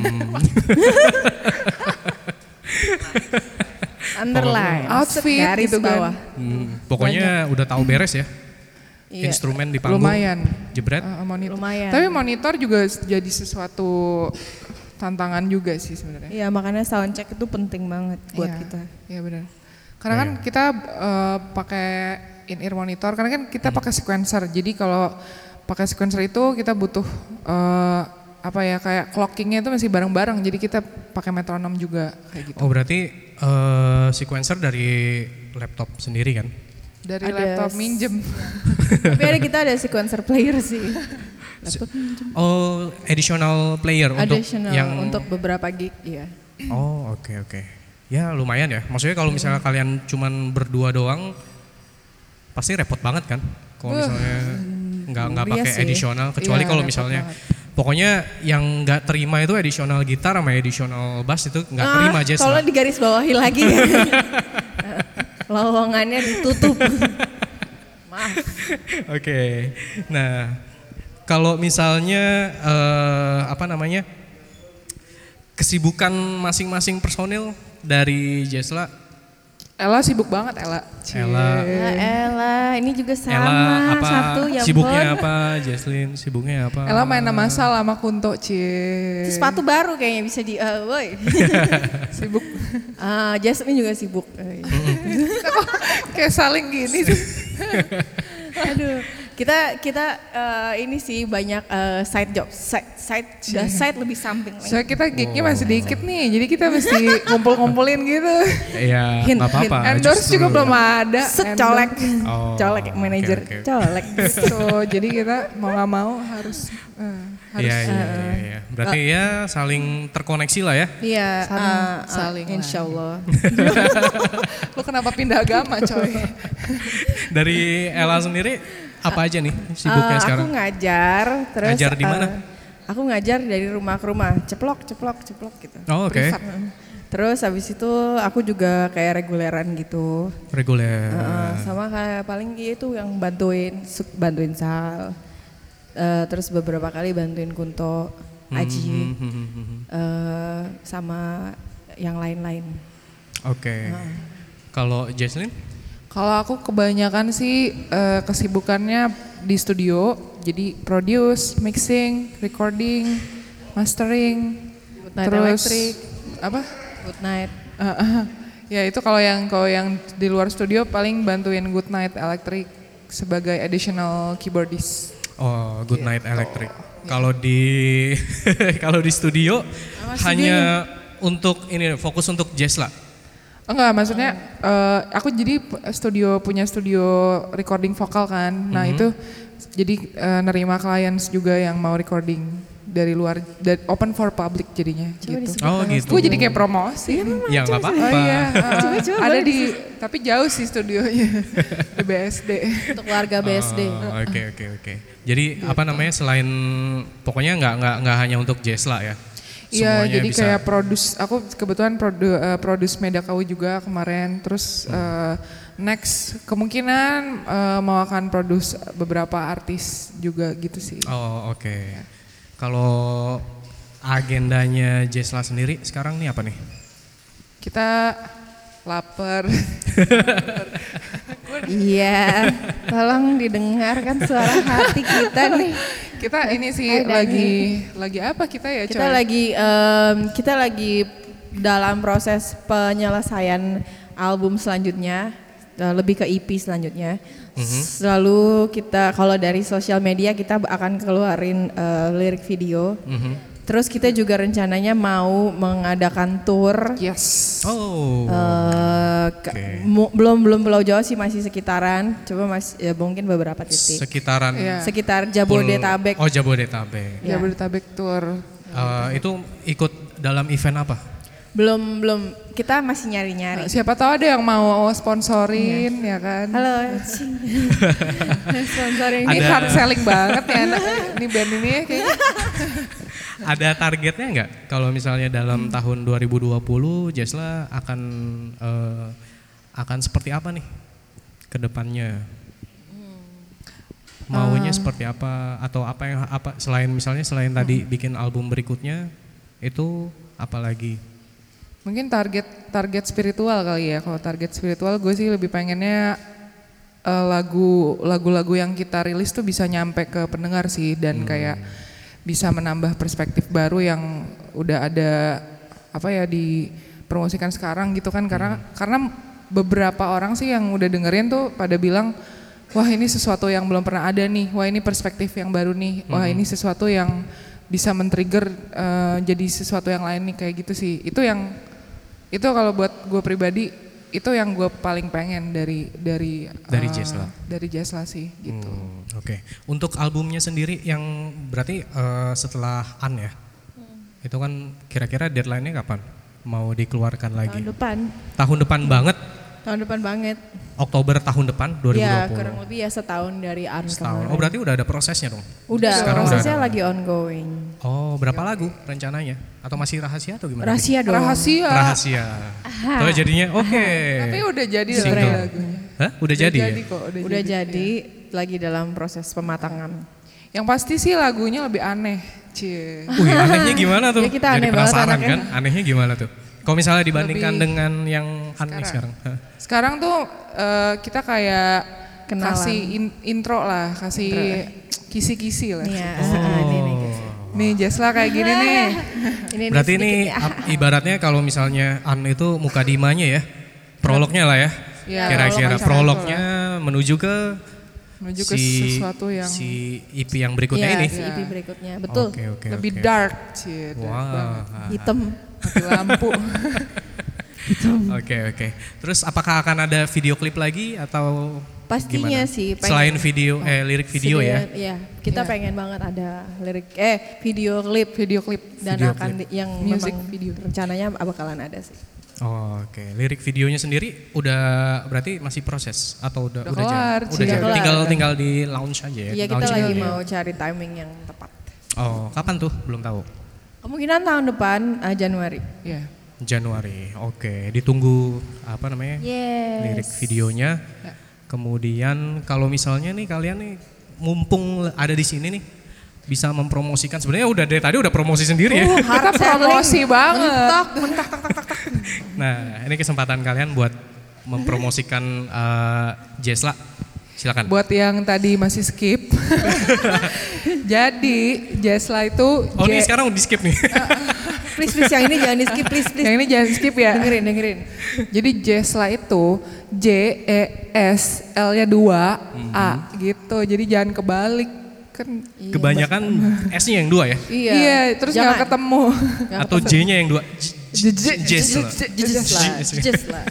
Underline. Outfit garis gitu kan. bawah. Hmm, pokoknya udah tahu beres ya. Iya. Instrumen di panggung. Lumayan. Jebret. Uh, monitor. Lumayan. Tapi monitor juga jadi sesuatu tantangan juga sih sebenarnya. Iya makanya sound check itu penting banget buat Iya, kita. Iya benar. Karena kan kita eh, pakai in-ear monitor, karena kan kita pakai sequencer. Jadi kalau pakai sequencer itu kita butuh eh, apa ya kayak clockingnya itu masih bareng-bareng. Jadi kita pakai metronom juga kayak gitu. Oh berarti eh, sequencer dari laptop sendiri kan? Dari Ada laptop s- minjem. Tapi ada kita ada sequencer player sih. Oh additional player untuk Additional yang untuk beberapa gig ya. Oh oke oke. Ya lumayan ya. Maksudnya kalau misalnya kalian cuman berdua doang, pasti repot banget kan? Kalau misalnya nggak nggak iya pakai sih. additional, kecuali Iya, kalau repot misalnya, banget. pokoknya yang nggak terima itu additional gitar sama additional bass itu nggak Ah, terima Jess tolong lah. digaris bawahi lagi. Lowongannya ditutup. Maaf. Oke. Nah kalau misalnya eh, apa namanya kesibukan masing-masing personil dari Jesla, Ella sibuk banget Ella. Ella, Ya elah, ini juga sama Ella apa satu ya sibuknya ampun. apa, Jesslyn sibuknya apa? Ella main nama Sal sama Kunto, cie. Itu sepatu baru kayaknya bisa di, eh, woi. Sibuk. Ah, Jasmine juga sibuk. Eh, Kayak saling gini sih. Aduh, kita kita eh, ini sih banyak eh, side job, side side udah side lebih samping lagi. Soalnya kita gignya masih dikit nih, jadi kita mesti ngumpul-ngumpulin gitu. Iya, Hint, nggak apa-apa. Endorse justru. juga belum ada. Set colek, Oh, colek oke, manajer, oke, oke. colek. Gitu. Jadi kita mau nggak mau harus eh, harus Iya, iya, iya, iya. Berarti ya saling terkoneksi lah ya. Iya, Saling- ah, ah, saling lah. insya Allah. Lu kenapa pindah agama, coy? Dari Ella sendiri apa aja nih sibuknya Eh, sekarang? Aku ngajar, terus Ngajar di mana? eh, aku ngajar dari rumah ke rumah, ceplok, ceplok, ceplok gitu. Oh, oke. Privat. Terus habis itu aku juga kayak reguleran gitu. Reguler. Heeh, sama kayak paling gitu yang bantuin, su- bantuin Sal. Eh, terus beberapa kali bantuin Kunto, Aji, Hmm, hmm, hmm, hmm, hmm. eh, sama yang lain-lain. Oke. Kalau Jesslyn? Kalau aku kebanyakan sih eh, kesibukannya di studio, jadi produce, mixing, recording, mastering, Good Night terus Electric. apa? Good night. Eh, eh, ya itu kalau yang kalau yang di luar studio paling bantuin Good Night Electric sebagai additional keyboardist. Oh, Good Night Electric. Kalau di kalau di studio hanya untuk ini fokus untuk jazz lah. Enggak, maksudnya eh, aku jadi p- studio punya studio recording vokal kan. Nah, itu jadi eh, nerima clients juga yang mau recording dari luar, dari open for public jadinya Coba gitu. disebut Oh, nama gitu. Gue jadi kayak promosi. Ya nggak Oh apa-apa. iya, uh, Coba-coba ada boleh di, tapi jauh sih studionya di B S D. Untuk warga B S D. Oh, Oke oke oke. Jadi apa namanya selain pokoknya nggak nggak nggak hanya untuk Jesla ya. Iya, Semuanya jadi bisa. kayak produce, aku kebetulan produ, uh, produce Medakau juga kemarin, terus uh, next kemungkinan uh, mau akan produce beberapa artis juga gitu sih. Oh oke. Kalau agendanya Jesla sendiri sekarang nih apa nih? Kita lapar. Iya, tolong didengarkan suara hati kita nih. Kita ini sih Hai, Dani. lagi lagi apa kita ya? Kita Coy? lagi em, kita lagi dalam proses penyelesaian album selanjutnya, eh, lebih ke E P selanjutnya. Lalu kita kalau dari sosial media kita akan keluarin eh, lirik video. Mhm. Terus kita juga rencananya mau mengadakan tour. Yes. Oh. eh, ke- Oke. mu- belum belum Pulau Jawa sih, masih sekitaran. Coba mas ya mungkin beberapa titik. Sekitaran. Iya. Sekitar Pul- Jabodetabek. Oh Jabodetabek. Ya. Jabodetabek Tour. Eh, itu ikut dalam event apa? Belum belum kita masih nyari-nyari. Siapa tahu ada yang mau sponsorin ya kan? Halo. Sponsorin Ini Ada- hard selling banget ya anak. Ini band ini ya kayaknya. Ada targetnya nggak? Kalau misalnya dalam tahun dua ribu dua puluh Jesla akan eh, akan seperti apa nih ke depannya? Maunya seperti apa atau apa yang apa selain misalnya selain tadi bikin album berikutnya itu apa lagi? Mungkin target target spiritual kali ya. Kalau target spiritual gue sih lebih pengennya eh, lagu lagu-lagu yang kita rilis tuh bisa nyampe ke pendengar sih dan kayak bisa menambah perspektif baru yang udah ada apa ya dipromosikan sekarang gitu kan karena karena beberapa orang sih yang udah dengerin tuh pada bilang wah ini sesuatu yang belum pernah ada nih, wah ini perspektif yang baru nih, wah ini sesuatu yang bisa men-trigger eh, jadi sesuatu yang lain nih kayak gitu sih. Itu yang itu kalau buat gue pribadi itu yang gue paling pengen dari dari Dari eh, Jesla. dari Jesla sih gitu. Hmm, Oke, untuk albumnya sendiri yang berarti eh, setelah An ya, itu kan kira-kira deadline-nya kapan mau dikeluarkan lagi? tahun depan. Tahun depan banget, Tahun depan banget. Oktober tahun depan dua ribu dua Ya puluh. kurang lebih ya setahun dari An Setahun. kemarin. Oh berarti udah ada prosesnya dong? Udah, Sekarang udah prosesnya ada. lagi ongoing. Oh berapa lagu rencananya? Atau masih rahasia atau gimana? Rahasia dong. Rahasia. Rahasia. Tuh jadinya oke. Tapi udah jadi Single. sebenarnya lagunya. Hah? Udah jadi ya? kok, udah, Udah jadi. jadi, lagi dalam proses pematangan. Yang pasti sih lagunya lebih aneh. Cie. Wih anehnya gimana tuh? Ya, kita Jadi aneh banget penasaran anaknya. kan? Anehnya gimana tuh? Kalau misalnya dibandingkan Lebih dengan yang aneh sekarang. Hah? Sekarang tuh eh, kita kayak Kenalan. kasih in- intro lah, kasih kisi-kisi lah. Iya, ah, ini nih. Nih Jesla kayak gini nih. Ini Berarti sedikit ini ya. ap- ibaratnya kalau misalnya An itu mukadimanya ya, prolognya lah ya. Ya, Kira-kira prolog prolognya menuju ke menuju ke si, sesuatu yang si E P yang berikutnya Iya, ini. si E P berikutnya. Betul. Oke oke lebih oke. dark, cie. dark Wah. banget. Hitam. Mati lampu. Oke oke. Terus apakah akan ada video klip lagi atau Pastinya gimana? sih, pengen- Selain video eh lirik video ya. Iya, kita Iya. pengen banget ada lirik eh video klip Video klip. dan Video akan klip. di- yang Music memang video. rencananya bakalan ada sih. Oh, oke. Lirik videonya sendiri udah berarti masih proses atau udah Udah udah kelar, jadi? Ci. Udah Udah jadi. kelar. Tinggal tinggal di launch aja ya. Iya, kita Launching lagi dulu ya? mau cari timing yang tepat. Oh, kapan tuh? Belum tahu. Kemungkinan tahun depan eh, Januari. Iya. Januari. Oke, ditunggu apa namanya? Yes. Lirik videonya. Ya. Kemudian kalau misalnya nih kalian nih mumpung ada di sini nih bisa mempromosikan sebenarnya udah dari tadi udah promosi sendiri ya. Uh, Kita hard promosi selling. banget. Mentok, mentok, tok, tok, tok, tok. Nah, ini kesempatan kalian buat mempromosikan eh, Jesla. Silakan. Buat yang tadi masih skip. Jadi Jesla itu Oh, ini J- sekarang di skip nih. Please, please, yang ini jangan di skip, please, please. yang ini jangan skip ya. Dengerin, dengerin. Jadi Jesla itu J E S L-nya dua A gitu. Jadi jangan kebalik kan. Kebanyakan S-nya yang dua ya? Iya. Iya, terus nggak Jangan. ketemu. Nggak Atau J-nya yang dua? J- j- Jesla. Just lah, just lah.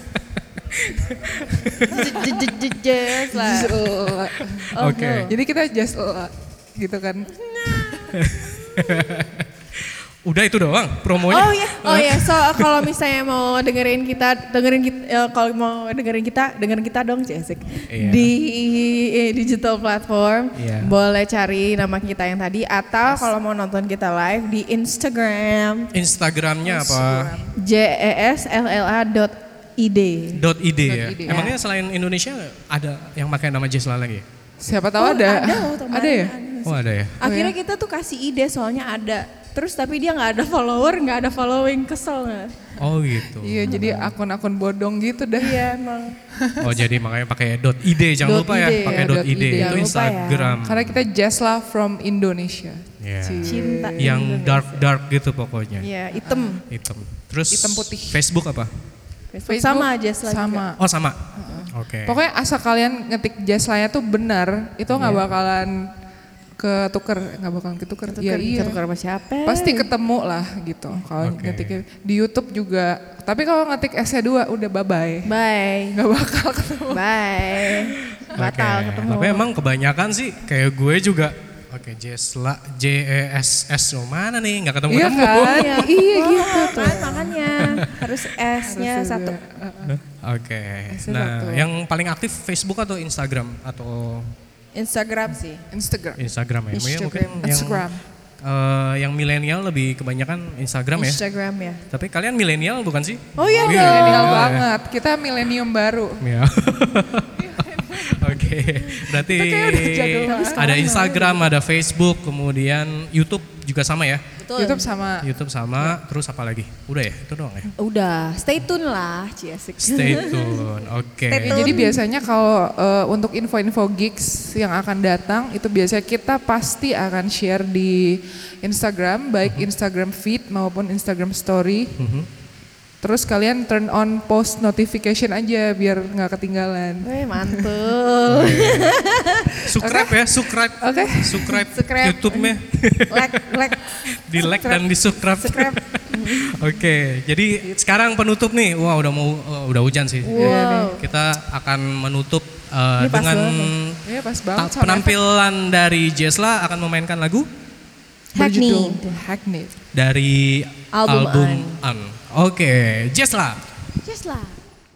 Just lah. Jesla. Oh, Oke. no. Jadi kita Jesla gitu kan. Udah itu doang promonya. Oh iya, oh iya. So kalau misalnya mau dengerin kita, dengerin kita, eh, kalau mau dengerin kita, dengerin kita dong, Jessic. Iya. Di eh, digital platform, Iya. boleh cari nama kita yang tadi, atau kalau mau nonton kita live di Instagram, Instagramnya apa? J E S L L A dot I D. Dot id ya. .id. Emangnya selain Indonesia ada yang pakai nama Jesla lagi? Siapa tahu Oh, ada. ada loh, kemarin Ada ya? Oh ada ya. Akhirnya kita tuh kasih ide soalnya ada. Terus tapi dia nggak ada follower, nggak ada following, kesel nggak? Oh gitu. Iya, jadi akun-akun bodong gitu dah. Iya emang. Oh jadi makanya pakai dot id, jangan Dot lupa ya, id, pakai ya, dot dot id id. itu Jangan lupa ya. Instagram. Karena kita Jesla from Indonesia. Iya. Cie. Cinta. Yang dark dark gitu pokoknya. Iya, hitam. Hitam. Terus Hitam putih. Facebook apa? Facebook sama aja selain Sama. Oh sama. Oke. Pokoknya asal kalian ngetik Jeslanya tuh benar, itu nggak bakalan ketuker, nggak bakalan ketuker. Iya, iya. Ketukar sama siapa? Pasti ketemu lah gitu. Kalau Oke. ngetik di YouTube juga. Tapi kalau ngetik S dua udah bye-bye. Bye. Nggak bakal ketemu. Bye. Batal Oke. ketemu. Tapi emang kebanyakan sih kayak gue juga. Oke, Jesla, J E S S, oh, mana nih? Nggak ketemu Iya ketemu. kan? Iya, Iya oh, gitu tuh. kan makanya harus S-nya Harus satu. juga. Uh-uh. Oke. S-nya Nah, satu. yang paling aktif Facebook atau Instagram atau Instagram sih. Instagram. Instagram ya? Mungkin- Instagram. Mungkin yang Instagram. eh, yang milenial lebih kebanyakan Instagram ya. Instagram ya. Tapi kalian milenial bukan sih? Oh iya Iya. dong. Milenial Iya. banget. Kita milenium baru. Ya. Oke, berarti Itu kayak udah jadul banget. ada Instagram, ada Facebook, kemudian YouTube juga sama ya? Betul. YouTube sama YouTube sama, terus apa lagi? Udah ya, itu doang ya? Udah, stay tune lah, Ciasik. Stay tune, oke. Stay Ya, jadi biasanya kalau eh, untuk info-info gigs yang akan datang itu biasanya kita pasti akan share di Instagram, baik Instagram feed maupun Instagram story. Mhm. Terus kalian turn on post notification aja biar nggak ketinggalan. Weh, mantul. Subscribe ya, subscribe. Oke. Subscribe, Subscribe. YouTube-nya. like, like. Di like dan di subscribe. Subscribe. Oke, jadi sekarang penutup nih. Wah, udah mau eh, udah hujan sih. Wow. Kita akan menutup eh, Ini pas dengan banget Iya pas ta- banget sama penampilan dari Jesla akan memainkan lagu berjudul Hackneyed. Hackneyed. dari Album album An. An. Oke, Jesla. Just lah.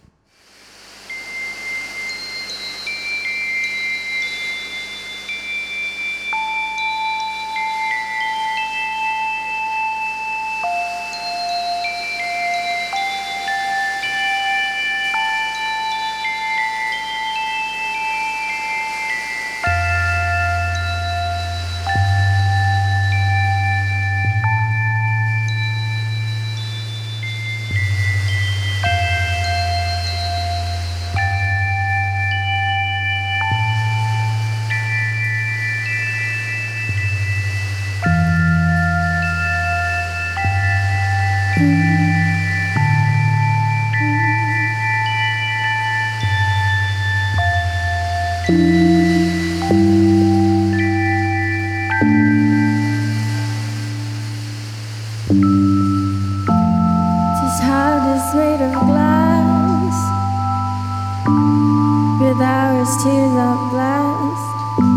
This heart is made of glass, with ours tears are blessed.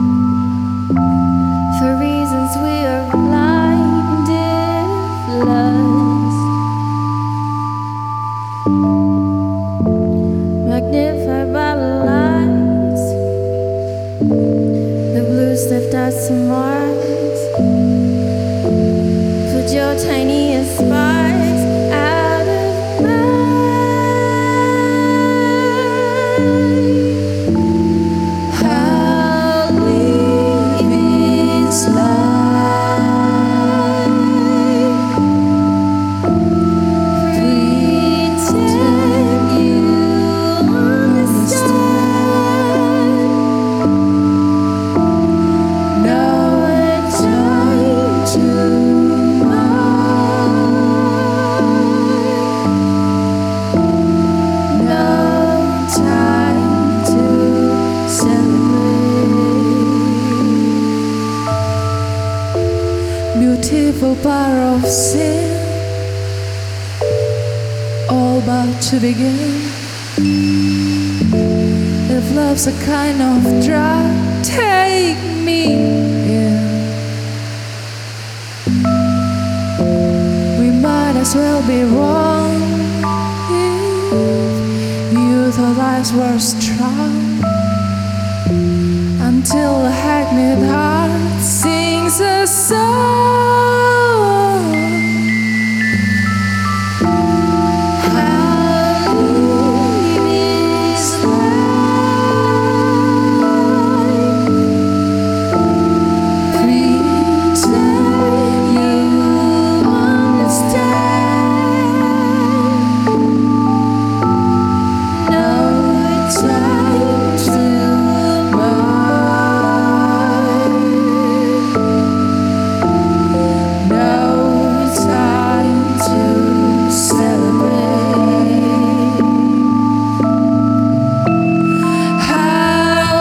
For reasons we are blinded, lost, magnified by the lights. The blues left us to Mars. Put your tiniest sparks out of mine. How live is life. Pretend you understand. Now we're trying to mind. No time to celebrate. Beautiful power of sin, all about to begin. If love's a kind of drug, take me in. I'll be wrong if you thought lives were strong until a hackneyed heart sings a song. How is life? Pretend you understand. No time to mind. No time to celebrate. How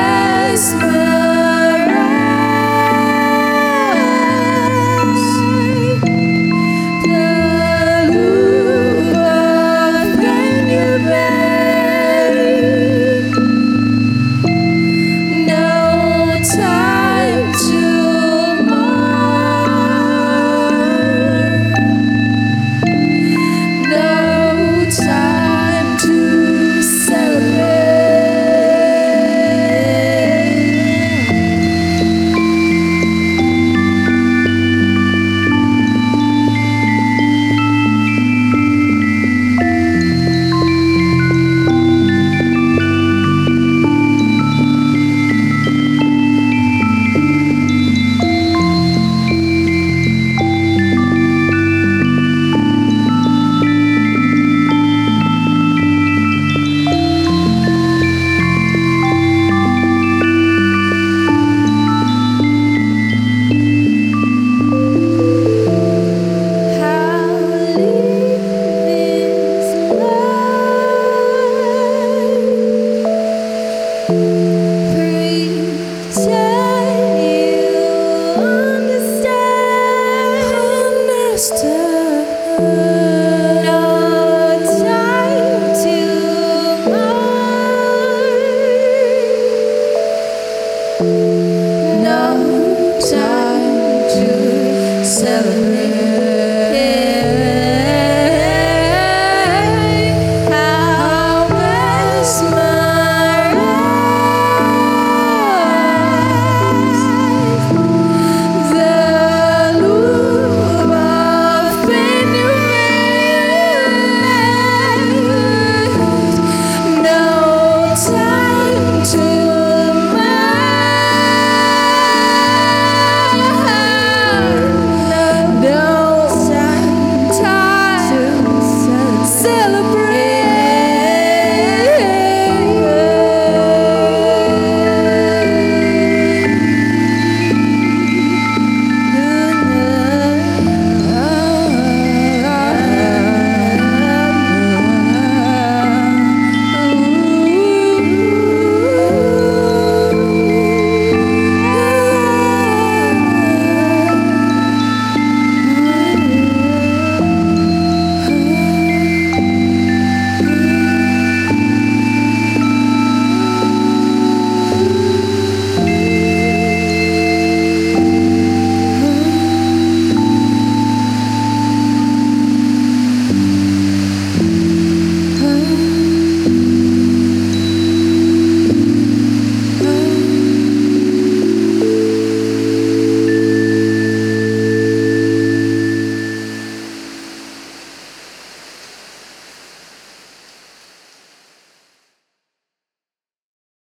mesmerized the loop of pain you made. No time to mourn. No time to celebrate. How live is life. Pretend you understand. Understood. No time to mourn. No time to celebrate.